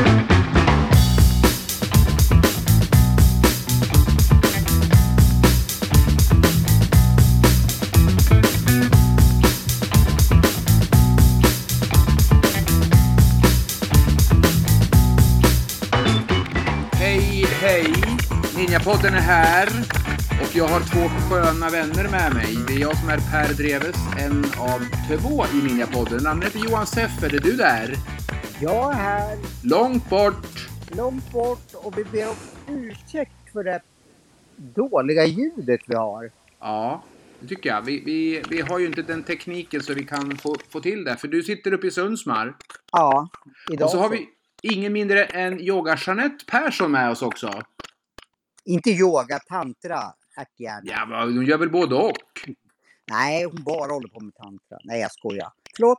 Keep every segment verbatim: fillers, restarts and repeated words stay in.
Ninjapodden är här och jag har två sköna vänner med mig. Det är jag som är Per Dreves, en av två i Ninjapodden. Namnet är Johan Seffer, är du där? Jag är här. Långt bort. Långt bort och vi ber om ursäkt för det dåliga ljudet vi har. Ja, det tycker jag. Vi, vi, vi har ju inte den tekniken så vi kan få, få till det. För du sitter uppe i Sundsmar. Ja, idag. Och så har vi ingen mindre än yoga Jeanette Persson med oss också. Inte yoga, tantra. Ärtgärna. Ja, men hon gör väl både och? Nej, hon bara håller på med tantra. Nej, jag skojar. Förlåt.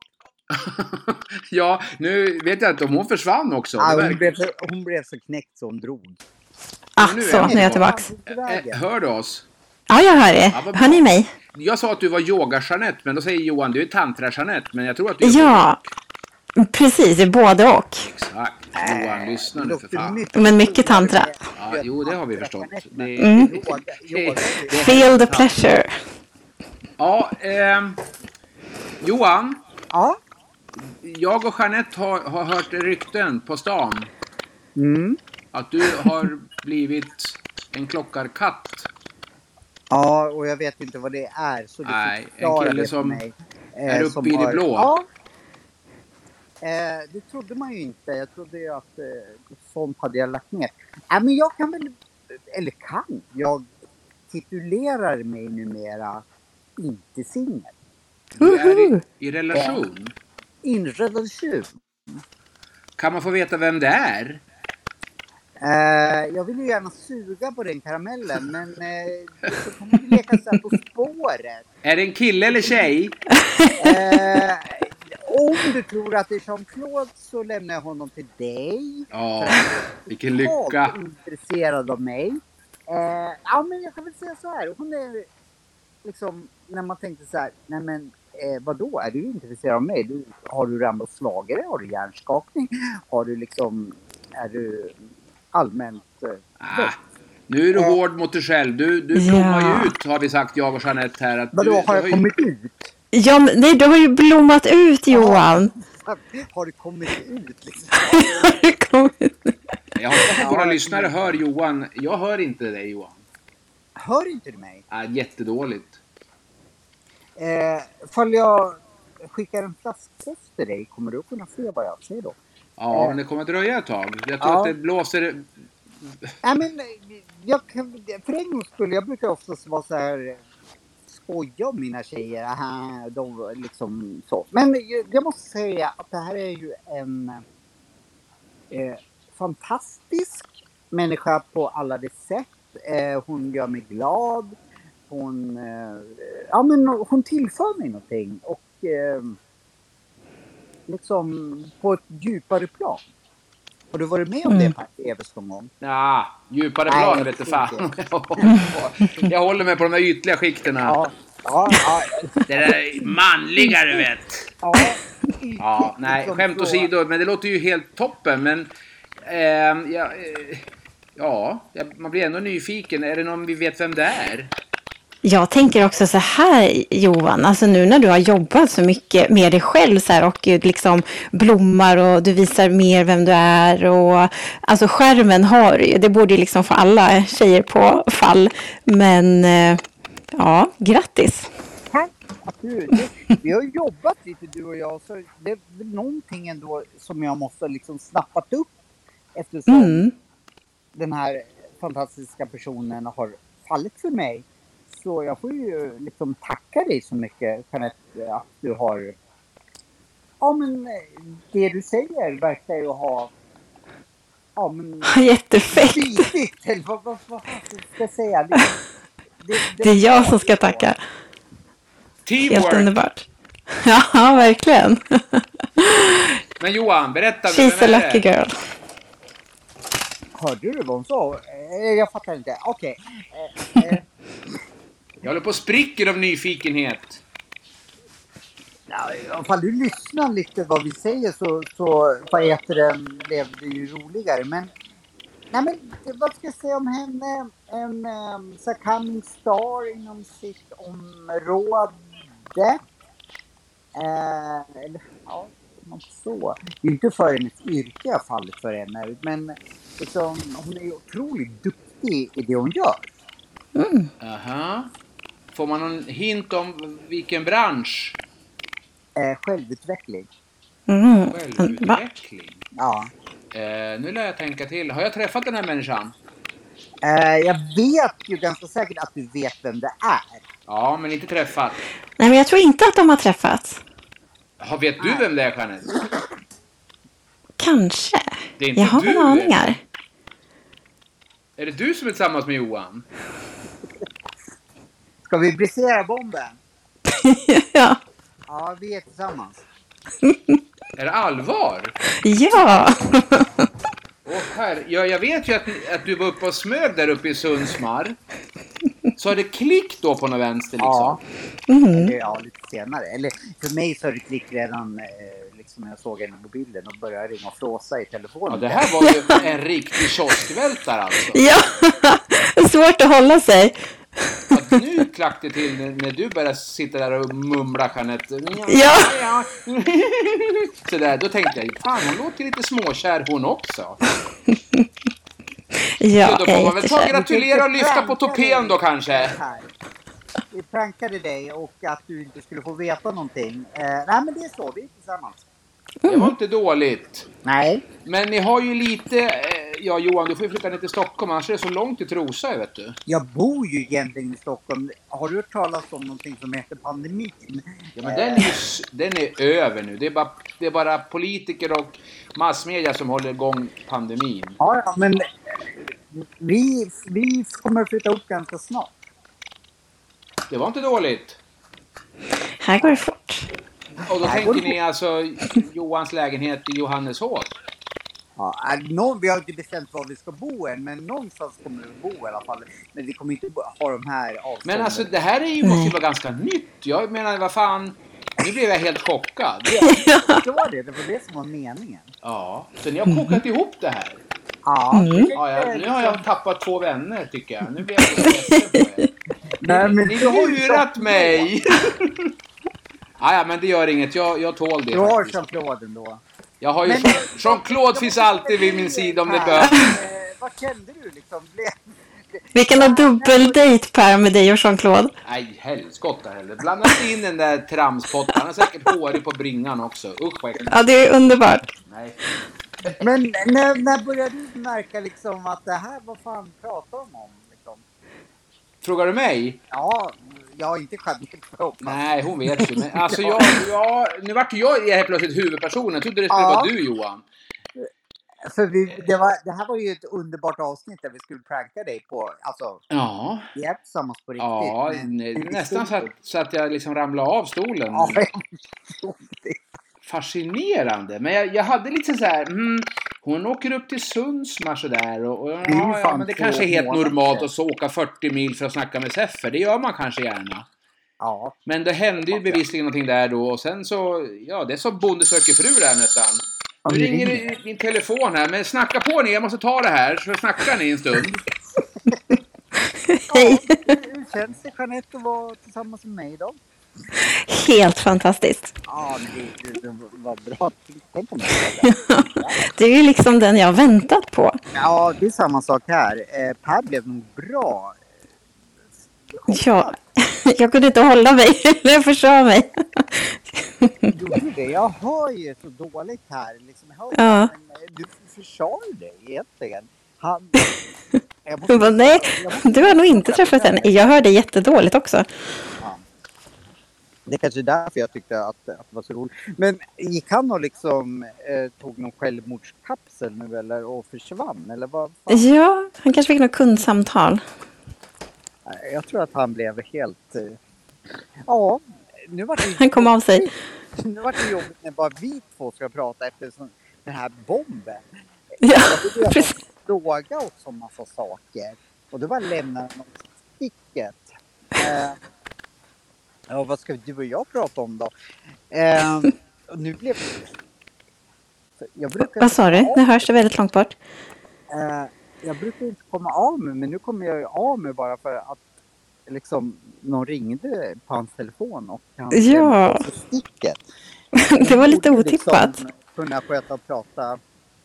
Ja, nu vet jag inte om hon försvann också. Ja, hon, blev så, hon blev så knäckt så hon drog. Ah, nu så, nu är jag tillbaks. Ä- hör du oss? Ja, jag hör er. Ja, hör ni mig? Jag sa att du var yoga Jeanette, men då säger Johan, du är tantra Jeanette. Men jag tror att du är Ja, precis, både och. Exakt. Johan, lyssna nu för fan. Men mycket tantra. Ja, jo, det har vi förstått. Det, Mm. det, det, Feel the pleasure. Ja, eh, Johan. Ja? Jag och Jeanette har, har hört rykten på stan. Mm. Att du har blivit en klockarkatt. Ja, och jag vet inte vad det är. Så Nej, en kille som mig. är Eh, uppe som i det har, blå. Ja. Eh, det trodde man ju inte. Jag trodde ju att eh, sånt hade jag lagt ner. Äh, men jag kan väl, eller kan, jag titulerar mig numera inte singel. Du är i, i relation. In relation. Kan man få veta vem det är? Eh, jag vill ju gärna suga på den karamellen, men eh, så kommer vi leka så här på spåret. Är det en kille eller tjej? Eh, om du tror att det är Jean-Claude så lämnar jag honom till dig. Ja, vilken lycka. Jag är intresserad av mig. Eh, ja, men jag kan väl säga så här. Hon är liksom, när man tänkte så här, nej men eh, vadå, är du intresserad av mig? Du, har du ramlat och slagit dig? Har du hjärnskakning? Har du liksom, är du allmänt eh, ah, nu är du eh, hård mot dig själv. Du, du blommar ju ja. ut, har vi sagt, jag och Jeanette här. Att vadå, du, har jag har kommit ju... ut? Ja, men, nej, du har ju blommat ut, Johan. Ja, har du kommit ut liksom? Har du kommit ut? Jag hoppas att våra lyssnare hör Johan. Jag hör inte dig, Johan. Hör inte du mig? Ja, jättedåligt. Eh, fall jag skickar en flaskpost till dig, kommer du kunna se vad jag säger då? Ja, eh, men det kommer dröja ett tag. Jag tror ja. att det blåser... Nej, men jag kan, för en gång skulle jag brukar oftast vara så här... skoja om mina tjejer. Aha, de liksom så. Men jag måste säga att det här är ju en eh, fantastisk människa på alla de sätt. Eh, hon gör mig glad. Hon, eh, ja, men hon tillför mig någonting. Och eh, liksom på ett djupare plan. Har du varit med om mm. det på Evers någon gång? Ja, djupare plan, jag vet inte fan. Jag håller mig på de här ytliga skikterna. Ja, ja, ja. Det där manliga, du vet. Ja, ja, nej, skämt åsido, men det låter ju helt toppen. Men eh, ja, eh, ja, man blir ändå nyfiken. Är det någon vi vet vem det är? Jag tänker också så här, Johan, alltså nu när du har jobbat så mycket med dig själv så här, och liksom blommar och du visar mer vem du är och alltså skärmen har ju, det borde ju liksom få alla tjejer på fall, men ja, grattis. Tack, absolut. Vi har jobbat lite du och jag, så det är någonting ändå som jag måste liksom snappat upp eftersom mm. den här fantastiska personen har fallit för mig. Så jag får ju liksom tacka dig så mycket, Jeanette, att du har... Ja, men det du säger verkar ju ha... Ja, men... Jättefett! Bitigt, eller vad, vad, vad ska jag säga? Det, det, det, det är jag som ska tacka. Teamwork! Helt underbart. Ja, verkligen. Men Johan, berätta. She's a lucky girl. Hörde du vad hon sa? Jag fattar inte. Okej. Okay. Jag håller på att spricker av nyfikenhet. Ja, ifall du lyssnar lite vad vi säger så, så vad heter det, blev det ju roligare. Men, nej men vad ska jag säga om henne? En um, så coming star inom sitt område. Eh, eller, ja, något så. Det är inte för hennes yrke jag fallit för henne. Men liksom, hon är ju otroligt duktig i det hon gör. Mm. Aha. Får man någon hint om vilken bransch? Eh, självutveckling. Mm. Självutveckling? Ja. Eh, nu lär jag tänka till. Har jag träffat den här människan? Eh, jag vet ju ganska säkert att du vet vem det är. Ja, men inte träffat. Nej, men jag tror inte att de har träffats. Ja, vet du vem det är, Jeanette? Kanske. Det är inte jag har du, väl aningar. Är det du som är tillsammans med Johan? Ska vi brisera bomben? Ja. Ja, vi är tillsammans. Är det allvar? Ja. Åh, här. Ja, jag vet ju att, att du var uppe och smög där uppe i Sundsmar. Så har det klick då på något vänster liksom? Ja. Mm. Eller, ja, lite senare. Eller för mig så har det klick redan eh, liksom när jag såg henne på bilden och började ringa och flåsa i telefonen. Ja, det här var ju en riktig kioskvältare alltså. Ja, svårt att hålla sig. Att nu klack det till när, när du började sitta där och mumla, Jeanette. Ja. ja. Så där, då tänkte jag, fan hon låter lite småkär hon också. Ja, Så då får man väl ta gratulera och lyfta på topén då kanske. Vi prankade dig och att du inte skulle få veta någonting. Eh, nej men det är så, vi är tillsammans. Det var inte dåligt. Nej. Men ni har ju lite, eh, ja Johan du får ju flytta ner till Stockholm, annars är det så långt till Trosa vet du. Jag bor ju egentligen i Stockholm. Har du hört talas om någonting som heter pandemin? Ja men den är ju, den är över nu. Det är, bara, det är bara politiker och massmedia som håller igång pandemin. Ja, ja men vi, vi kommer att flytta upp ganska snart. Det var inte dåligt. Här går det fort. Och då tänker ni alltså Johans lägenhet i Johanneshov? Ja, någon, vi har inte bestämt var vi ska bo än, men någonstans kommer vi bo i alla fall. Men vi kommer inte ha de här avstånden. Men alltså det här är ju, måste ju vara ganska nytt. Jag menar vad fan, nu blev jag helt chockad. Ja, det var det. Det var det som var meningen. Ja, så ni har kokat ihop det här. Ja, Mm. Ja, jag, nu har jag tappat två vänner tycker jag. Nu blir jag lite ledsen på er. Nej, men Ni du har har ju lurat mig! Ja, ja, men det gör inget. Jag, jag tål det Du har faktiskt. Jean-Claude ändå. Jag har ju Men- Jean- Jean-Claude finns alltid vid min sida om det behövs. Eh, Vad kände du liksom? Blev... Vi kan ha dubbeldejt Per med dig och Jean-Claude. Nej, helskotta heller. Blanda inte in den där tramspotten. Han är säkert hårig på bringan också. Usch vad äckligt. Ja, det är underbart. Nej. Men när, när började du märka liksom att det här, vad fan pratar de om? Liksom? Frågar du mig? Ja, jag har inte Jeanette på. Nej, hon vet ju. Men alltså jag, jag, nu vart jag helt plötsligt huvudpersonen. Jag trodde det skulle Ja. vara du Johan. För vi, det, var, det här var ju ett underbart avsnitt där vi skulle pranka dig på, alltså, Ja, vi är tillsammans på riktigt. ja men- nä- nästan så att, så att jag liksom ramlade av stolen. Ja, jag förstår det. Fascinerande. Men jag, jag hade lite så här, mm, hon åker upp till Sundsmar sådär och, och är ju ja, ja, fan men det två kanske är helt månader. normalt att så åka fyrtio mil för att snacka med Seffer. Det gör man kanske gärna. Ja, Men det hände ju bevisligen någonting där då och sen så, ja det är så Bonde söker fru där nästan. Ja, Nu det ringer ringer. det- min telefon här, men snacka på ni, jag måste ta det här så snackar ni en stund. Hej. hur känns det Jeanette att vara tillsammans med mig då? Helt fantastiskt. Ja, men det, det, det var bra. Tänk om det. Det är ju liksom den jag har väntat på. Ja, det är samma sak här. Eh, Per blev nog bra. Ja, jag kunde inte hålla mig. Jag försade mig. Gjorde du det? Jag hör ju så dåligt här. Liksom, jag hör, Ja. men du försade dig egentligen. Han... Jag Hon bara, nej, jag måste- du har nog inte träffat henne. Jag hörde jättedåligt också. Det är kanske är därför jag tyckte att, att det var så roligt. Men gick han och liksom eh, tog någon självmordskapsel nu eller och försvann? Eller vad fan? Ja, han kanske fick något kundsamtal. Jag tror att han blev helt... Eh... Ja, nu var det... Han kom av sig. Nu var det jobbigt när bara vi två ska prata efter sån, den här bomben. Ja, Jag började precis. fråga oss om massa saker. Och det var lämna något sticket. Eh, Ja, vad ska du och jag prata om då? Eh, och nu blev jag brukar Vad sa du? av, Nu hörs det väldigt långt bort. eh, jag brukar inte komma av mig, men nu kommer jag av mig bara för att liksom någon ringde på hans telefon och han Ja. på sticket. Det var lite borde otippat. Liksom kunna sköta och prata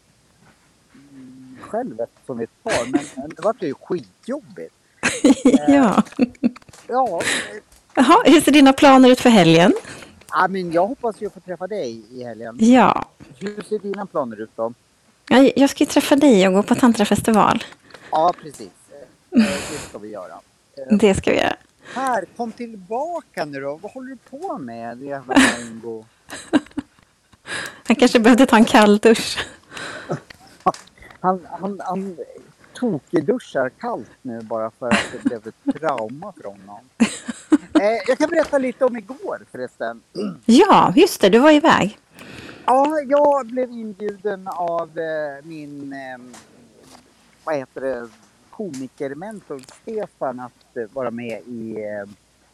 själv eftersom vi är ett par, men det var ju skitjobbigt. Ja. Ja, Jaha, hur ser dina planer ut för helgen? ja, men jag hoppas ju få träffa dig i helgen. Ja. Hur ser dina planer ut då? Jag, jag ska ju träffa dig och gå på tantrafestival. Ja, precis. Eh, Det ska vi göra. Eh, Det ska vi göra. Här, kom tillbaka nu då. Vad håller du på med? Det jävla Ingo. Han kanske behövde ta en kall dusch. Han, han, han tokeduschar kallt nu bara för att det blev ett trauma för honom. Eh, jag kan berätta lite om igår förresten. Ja, just det. Du var iväg. Ja, jag blev inbjuden av eh, min, eh, vad heter det, komikermentor Stefan att eh, vara med i eh,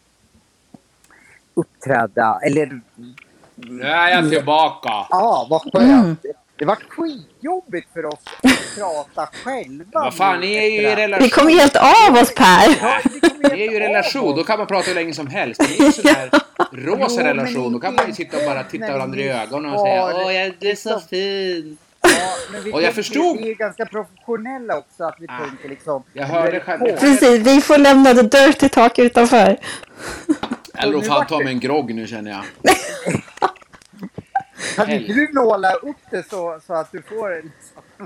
uppträda, eller Nu är jag tillbaka. ja, vad skönt. Mm. Det var skitjobbigt för oss att prata själva. Vad fan, ni är ju i Vi relation. kommer helt av oss, Per. Ja, vi kommer Ni är ju i helt relation, av då oss. kan man prata hur länge som helst. Det är ju sån här rosa Jo, men relation, då kan man ju inte sitta och bara titta när varandra i vi ögonen och har säga åh, jag, du är så liksom- fin. Ja, men vi Och jag tänker- förstod- Vi är ganska professionella också, att vi Ah, tänker liksom... jag hörde nu är det själv- på. Precis, vi får lämna det dirty talk utanför. Eller Och då nu fan vart ta det- mig en grogg nu känner jag. Kan inte du nåla upp det så, så att du får en...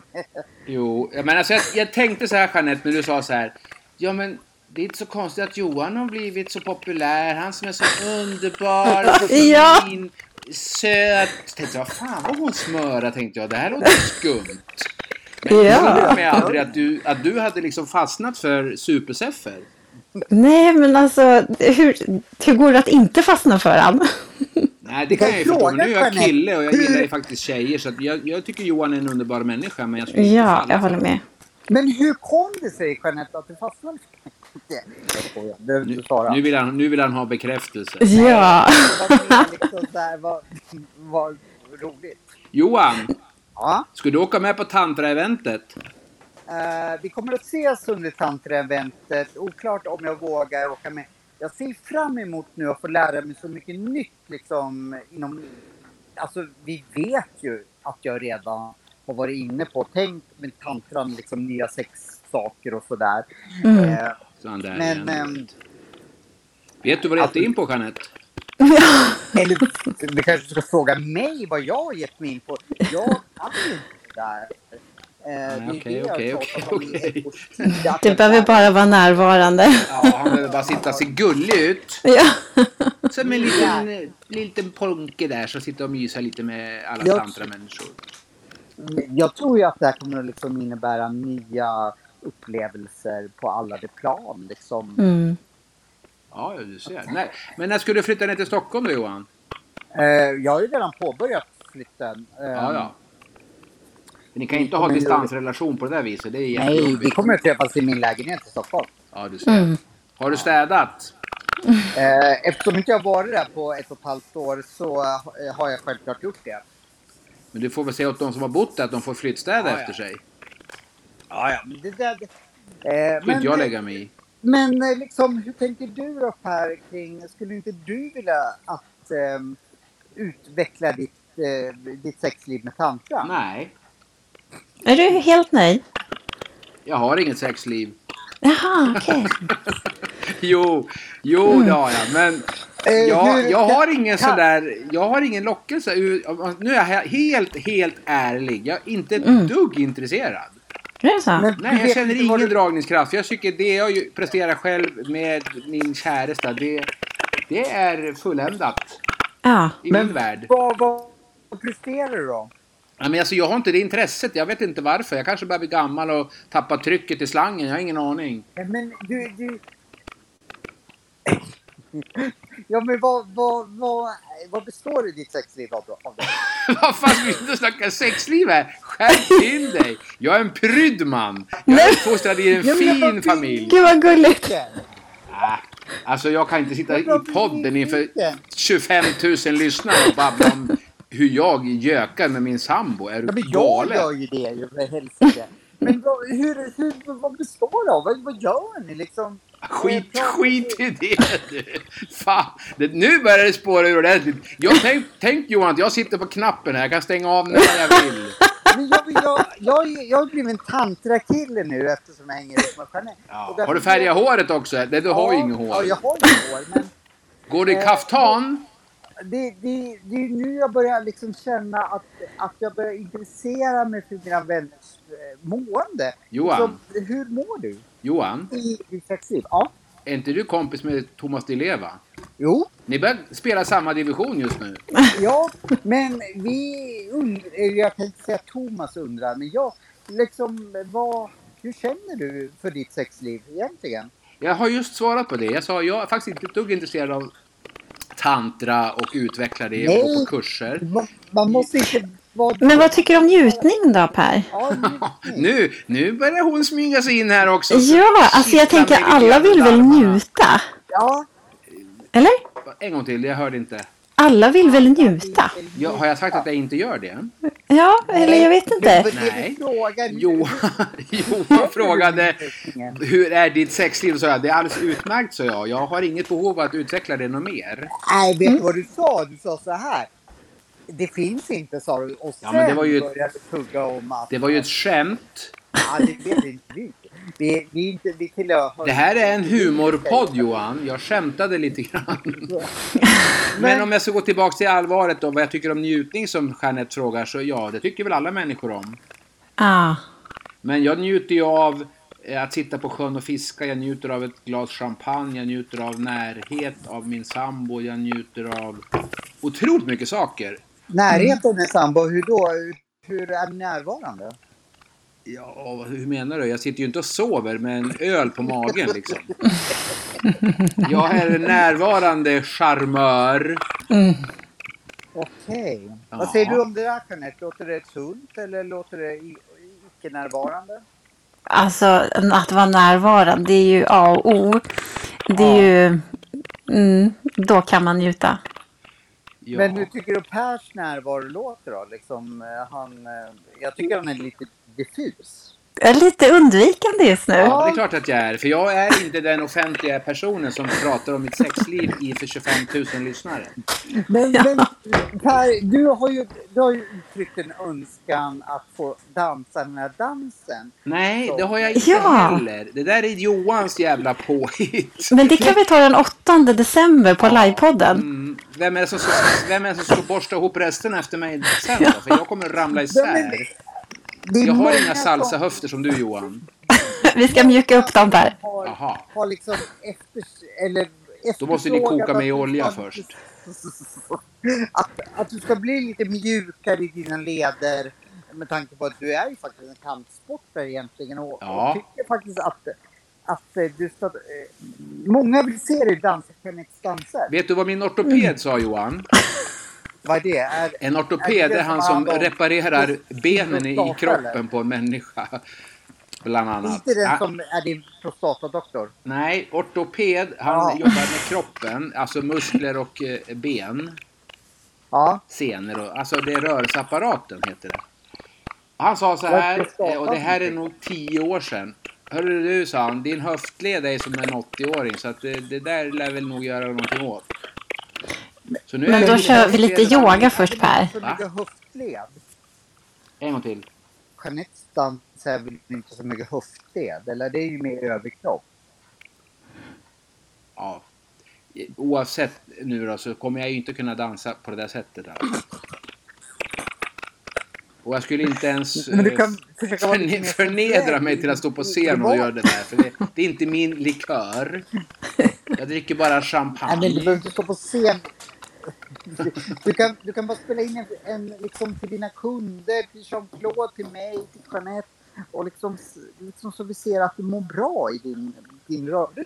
Jo, men alltså jag, jag tänkte så här Jeanette, när du sa så här. Ja men det är inte så konstigt att Johan har blivit så populär. Han som är så underbar, Ja. fin, söt. Så tänkte jag, vad fan vad hon smörar, tänkte jag. Det här låter skumt. Men Ja. jag trodde mig aldrig att du, att du hade liksom fastnat för superseffer. Nej, men alltså, hur, hur går det att inte fastna för han? Nej, det kan jag ju förstå. Fråga, Nu är jag Jeanette, kille och jag hur- gillar ju faktiskt tjejer. Så att jag, jag tycker Johan är en underbar människa. Men jag skulle inte Ja, falla jag för håller med. Men hur kom det sig, Jeanette, att du fastnade? Jag skojar, det behöver du Nu, inte svara. nu, vill han, nu vill han ha bekräftelse. Ja. Det var liksom så här, vad, vad roligt. Johan, Ja, ska du åka med på tantra-eventet? eh, vi kommer att ses under tantra-eventet. Oklart om jag vågar åka med. Jag ser fram emot nu att få lära mig så mycket nytt liksom inom... Alltså, vi vet ju att jag redan har varit inne på, tänk med tantran, liksom nya sexsaker och sådär. Mm. Eh, Sån där men... igen. ehm, Vet du vad du alltså- gett in på, Jeanette? Eller du kanske ska fråga mig vad jag har gett mig in på. Jag kan ju inte det där. Eh, det är okej, det jag okej, pratar om i okej, ett års tid. Att Du jag behöver är- bara vara närvarande. Ja, han behöver bara sitta sig gullig ut. Ja. Som en liten, liten ponke där som sitter och myser lite med alla Jag- tantra-människor. Jag tror ju att det här kommer att liksom innebära nya upplevelser på alla de plan. Liksom. Mm. Ja, ja, du ser. Nej, men när ska du flytta ner till Stockholm då, Johan? Eh, jag har ju redan påbörjat flytten. Eh, Ja, ja. Men ni kan inte ha kommer ju- distansrelation på det där viset. Det är Nej, jättejobbigt. vi kommer att träffas i min lägenhet i Stockholm. Ja, du ser. Mm. Har du städat? Eh, eftersom inte jag har varit där på ett och ett halvt år så eh, har jag självklart gjort det. Men du får väl säga åt de som har bott där att de får flyttstäda Ja, ja. efter sig. Ja, ja. Men det där, eh, Det får inte jag lägga mig i. Men eh, liksom, hur tänker du då Per kring, skulle inte du vilja att eh, utveckla ditt, eh, ditt sexliv med tantra? Nej, Är du helt nöjd? jag har inget sexliv. Jaha, okej. Jo, jo det har jag. Men Eh, jag, hur- jag har ingen kan- sådär, jag har ingen lockelse. Nu är jag helt, helt ärlig. Jag är inte ett Mm. dugg intresserad. Är det så? Men- Nej, Du jag vet känner inte vad ingen du- dragningskraft. Jag tycker det jag ju presterar själv med min käresta, det, det är fulländat Ja. i Men min värld. vad, vad, vad presterar du då? Ja, men alltså, jag har inte det intresset. Jag vet inte varför. Jag kanske börjar bli gammal och tappar trycket i slangen. Jag har ingen aning. Men du... du... Ja, men vad, vad, vad, vad består ditt sexliv av då? Av det? Vad fan vill du snacka sexliv här? Skärp till dig! Jag är en prydd man. Jag är Nej. uppfostrad i en Ja, men jag fin bara- familj. Gud vad gulligt. Ah, Alltså jag kan inte sitta i podden inför tjugofem tusen lyssnare och babbla om hur jag gökar med min sambo. Är du ja, men galen? Jag gör ju det ju för helsike. Men vad, hur, hur, vad består det av? Vad, vad gör ni liksom? Skit, skit i det du. Fan, det, nu börjar det spåra ur ordentligt. Jag tänk, tänk Johan att jag sitter på knappen här. Jag kan stänga av när jag vill. Men jag, jag, jag, jag har blivit en tantrakille nu eftersom jag hänger ut med Jeanette. Ja. Har du färgat håret också? Det, du har ju inget hår. Ja, jag har inget hår. Men, går det i kaftan? Det, det, det är nu jag börjar liksom känna att, att jag börjar intressera mig för mina vänners mående. Johan. Så, hur mår du? Johan. I ditt sexliv? Ja. Är inte du kompis med Thomas Di Leva? Jo. Ni börjar spela samma division just nu. Ja, men vi undrar, jag kan inte säga Thomas undrar, men jag liksom, vad, hur känner du för ditt sexliv egentligen? Jag har just svarat på det. Jag sa, jag är faktiskt inte ett dugg intresserad av tantra och utveckla det och gå på kurser. Man, man måste inte vara... Men vad tycker du om njutning då, Per? Ja, nu, nu börjar hon smyga sig in här också. Ja, alltså jag tänker alla vill väl njuta? Ja. Eller? En gång till, jag hörde inte. Alla vill väl njuta? Ja, har jag sagt att jag inte gör det? Ja, eller jag vet inte. Nej. Jo, Johan frågade hur är ditt sexliv? Så jag, det är alldeles utmärkt, så jag. Jag har inget behov av att utveckla det något mer. Nej, vet du vad du sa? Du sa så här. Det finns inte, sa du. Och sen ja, men det var ju började ett, tugga om att... Det var ju ett skämt. Ja, det vet inte vi. Vi, vi inte, vi tillhör... Det här är en humorpodd, Johan. Jag skämtade lite grann. Men, Men om jag ska gå tillbaka till allvaret då, vad jag tycker om njutning som Jeanette frågar, så ja, det tycker väl alla människor om. Ah. Men jag njuter ju av att sitta på sjön och fiska. Jag njuter av ett glas champagne. Jag njuter av närhet av min sambo. Jag njuter av otroligt mycket saker. Närhet av min sambo, hur då? Hur är närvarande? Ja, hur menar du? Jag sitter ju inte och sover med en öl på magen liksom. Jag är en närvarande charmör. Mm. Okej. Okay. Ja. Vad säger du om det där, Jeanette? Låter det sunt eller låter det icke närvarande? Alltså, att vara närvarande, det är ju A och O. Det är ja. ju... Mm, då kan man njuta. Ja. Men hur tycker du Pers närvaro låter då? Liksom, han, jag tycker han är lite diffus. Jag är lite undvikande just nu. Ja, det är klart att jag är. För jag är inte den offentliga personen som pratar om mitt sexliv i för tjugofem tusen lyssnare. Men, men Per, du har, ju, du har ju uttryckt en önskan att få dansa den här dansen. Nej, Så. det har jag inte ja. heller. Det där är Johans jävla påhitt. Men det kan vi ta den åttonde december på ja. livepodden. Mm. Vem är det som ska, vem är det som ska borsta ihop resten efter mig sen då? För jag kommer att ramla isär. Jag har inga salsa-höfter som du, Johan. Vi ska mjuka upp dem där. Jaha. Har liksom efter, eller Då måste ni koka med olja först. Att, att du ska bli lite mjukare i dina leder. Med tanke på att du är ju faktiskt en kampsportare egentligen. Och, ja. och tycker faktiskt att, att du ska... Många vill se dig dansa Jeanettes danser. Vet du vad min ortoped mm. sa, Johan? Vad är det? Är, en ortoped är, det är han som reparerar benen i kroppen på en människa. Bland annat. Inte den som är din prostatadoktor? Nej, ortoped, han ja. jobbar med kroppen, alltså muskler och eh, ben. Ja. Senor, och, alltså det är rörelseapparaten heter det. Han sa så här, och det här är nog tio år sedan. Hörru du, sa han, din höftled är som en åttio-åring, så att det, det där lär väl nog göra någonting åt. Så nu Men då kör vi lite yoga först, Per. Höftled. En gång till. Jeanettes dans är väl inte så mycket höftled, eller det är ju mer överkropp. Ja. Oavsett nu då, så kommer jag ju inte kunna dansa på det där sättet. Alltså. Och jag skulle inte ens Men du kan förne- förnedra mig till att stå på scen och göra det där. För det, det är inte min likör. Jag dricker bara champagne. Nej, men du behöver inte stå på scen. Du kan, du kan bara spela in en, en liksom till dina kunder, till Jean-Claude, till mig, till Jeanette. Och liksom, liksom så vi ser att du mår bra i din, din rörelse.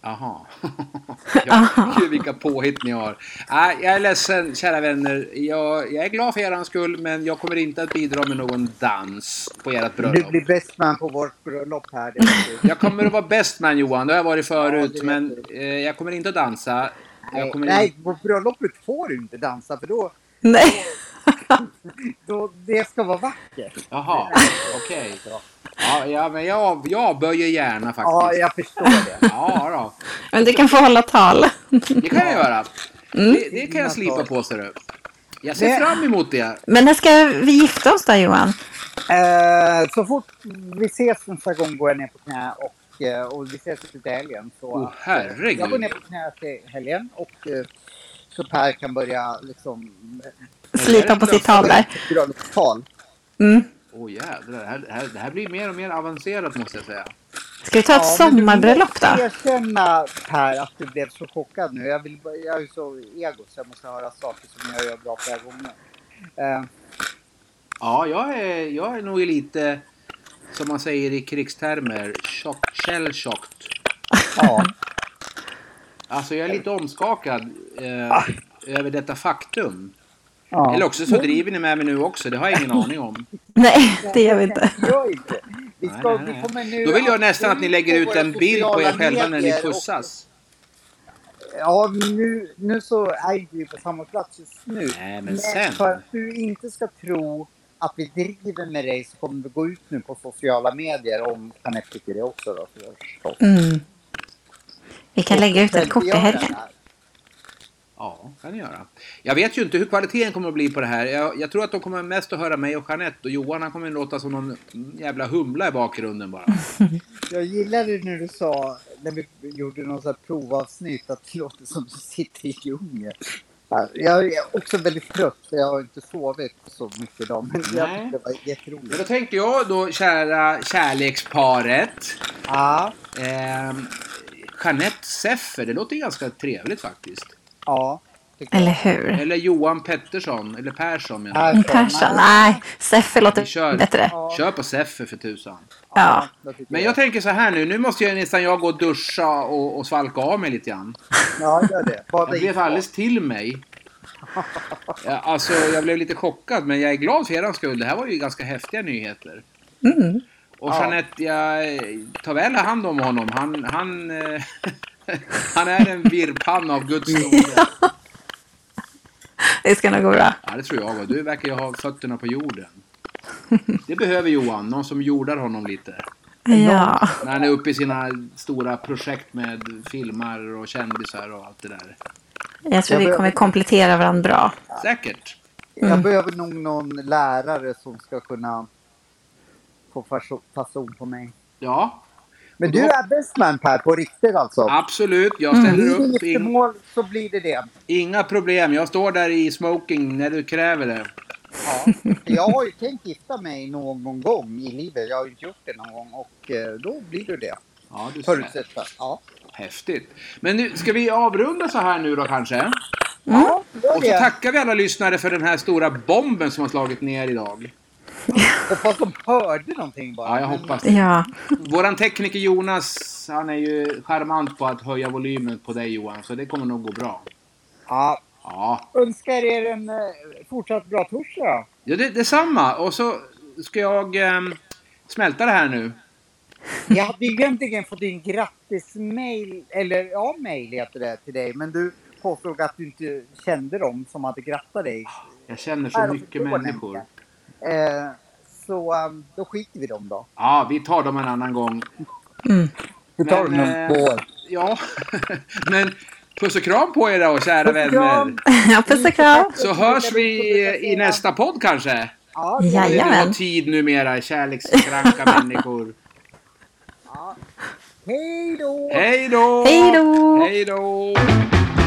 Aha. Ja, gud, vilka påhitt ni har. Äh, jag är ledsen, kära vänner. Jag, jag är glad för er skull, men jag kommer inte att bidra med någon dans på ert bröllop. Du blir bäst man på vårt bröllop här. Jag kommer att vara bäst man, Johan. Det har jag varit förut, ja, men eh, jag kommer inte att dansa. Nej, kommer nej in... på bröllopet får du inte dansa, för då... Nej. Då, då, det ska vara vackert. Jaha, okej. Okay. Ja, ja, men jag, jag böjer gärna faktiskt. Ja, jag förstår det. Ja, då. Men du kan få hålla tal. Det kan jag göra. Mm. Det, det kan jag slipa på, ser du. Jag ser det... fram emot det. Men när ska vi gifta oss då, Johan? Eh, så fort vi ses nästa gång går jag ner på knä och, eh, och vi ses till helgen. Så oh, herregud. Jag går ner på knä till helgen och eh, så Per kan börja liksom... Slipa på sitt tal där. Tal. Mm. Åh oh, jädrar, det här, det, här, det här blir mer och mer avancerat, måste jag säga. Ska vi ta ett ja, sommarbröllop då? Jag måste erkänna, Per, att du blev så chockad nu. Jag, vill, jag är ju så ego så jag måste höra saker som jag gör bra flera gånger. Uh. Ja, jag är, jag är nog lite, som man säger i krigstermer, chock, shell-chocked. Ja. Alltså jag är lite omskakad eh, ah. över detta faktum. Ja. Eller också så driver ni med mig nu också, det har jag ingen aning om. Nej, det gör vi inte. Gör inte. Vi ska, nej, nej, nej. Vi kommer nu Då vill jag nästan att ni lägger ut en bild på er själva när ni pussas. Och, ja, nu, nu så är inte vi på samma plats just nu. Nej, men, men sen. För att du inte ska tro att vi driver med dig så kommer vi gå ut nu på sociala medier om Jeanette tycker det också då. För mm. Vi kan lägga ut ett kort i helgen. Ja, kan ni göra. Jag vet ju inte hur kvaliteten kommer att bli på det här. Jag, jag tror att de kommer mest att höra mig och Jeanette. Och Johan, han kommer att låta som någon jävla humla i bakgrunden bara. Jag gillade när du sa, när vi gjorde någon sån här provavsnitt, att det låter som du sitter i djungeln. Jag är också väldigt trött, så jag har inte sovit så mycket idag. Men jag tyckte det var jätteroligt. Men då tänker jag då, kära kärleksparet. Ja. Eh, Jeanette Seffer, det låter ganska trevligt faktiskt. Ja. Eller hur? Eller Johan Pettersson, eller Persson. Jag Persson, Persson. Nej, Seffer låter kör, bättre. Ja. Kör på Seffer för tusan. Ja. Men jag tänker så här nu, nu måste jag nästan jag gå och duscha och, och svalka av mig lite grann. Ja, gör det. Jag blev alldeles till mig. Ja, alltså, jag blev lite chockad, men jag är glad för er skull. Det här var ju ganska häftiga nyheter. Mm. Och Jeanette, jag tar väl hand om honom. Han, han, han är en virrpanna av Guds nåde. Det ska nog gå bra. Ja, det tror jag. Och du verkar ju ha fötterna på jorden. Det behöver Johan. Någon som jordar honom lite. Ja. När han är uppe i sina stora projekt med filmar och kändisar och allt det där. Jag tror jag vi kommer behöver... komplettera varandra bra. Säkert. Jag mm. behöver nog någon lärare som ska kunna få fason på mig. Ja. Men då... du är bäst man, Per, på riktigt alltså? Absolut, jag ställer mm. upp. I mål så blir det det. Inga problem, jag står där i smoking när du kräver det. Ja, jag har ju tänkt gifta mig någon gång i livet. Jag har ju inte gjort det någon gång och då blir det det. Ja, du förutsätter. Ja. Häftigt. Men nu, ska vi avrunda så här nu då kanske? Mm. Ja, och så tackar vi alla lyssnare för den här stora bomben som har slagit ner idag. Hoppas de hörde någonting bara. Ja, jag hoppas. Ja. Våran tekniker Jonas, han är ju charmant på att höja volymen på dig, Johan. Så det kommer nog gå bra. Ja. Ja. Önskar er en uh, fortsatt bra torsdag. Ja, det, det är samma. Och så ska jag um, smälta det här nu. Jag hade egentligen fått en grattis-mail, eller ja, mail heter det till dig. Men du påstod att du inte kände dem som hade grattat dig. Jag känner så mycket människor. Eh, så um, då skiter vi dem då. Ja, vi tar dem en annan gång. Mm. Vi tar dem eh, på. Ja, men puss och kram på er då, kära puss vänner. Ja, puss och kram. Så hörs vi i nästa podd kanske. Ja, det är det tid numera, kärlekskranka människor. Ja. Hej då! Hej då! Hej då! Hej då!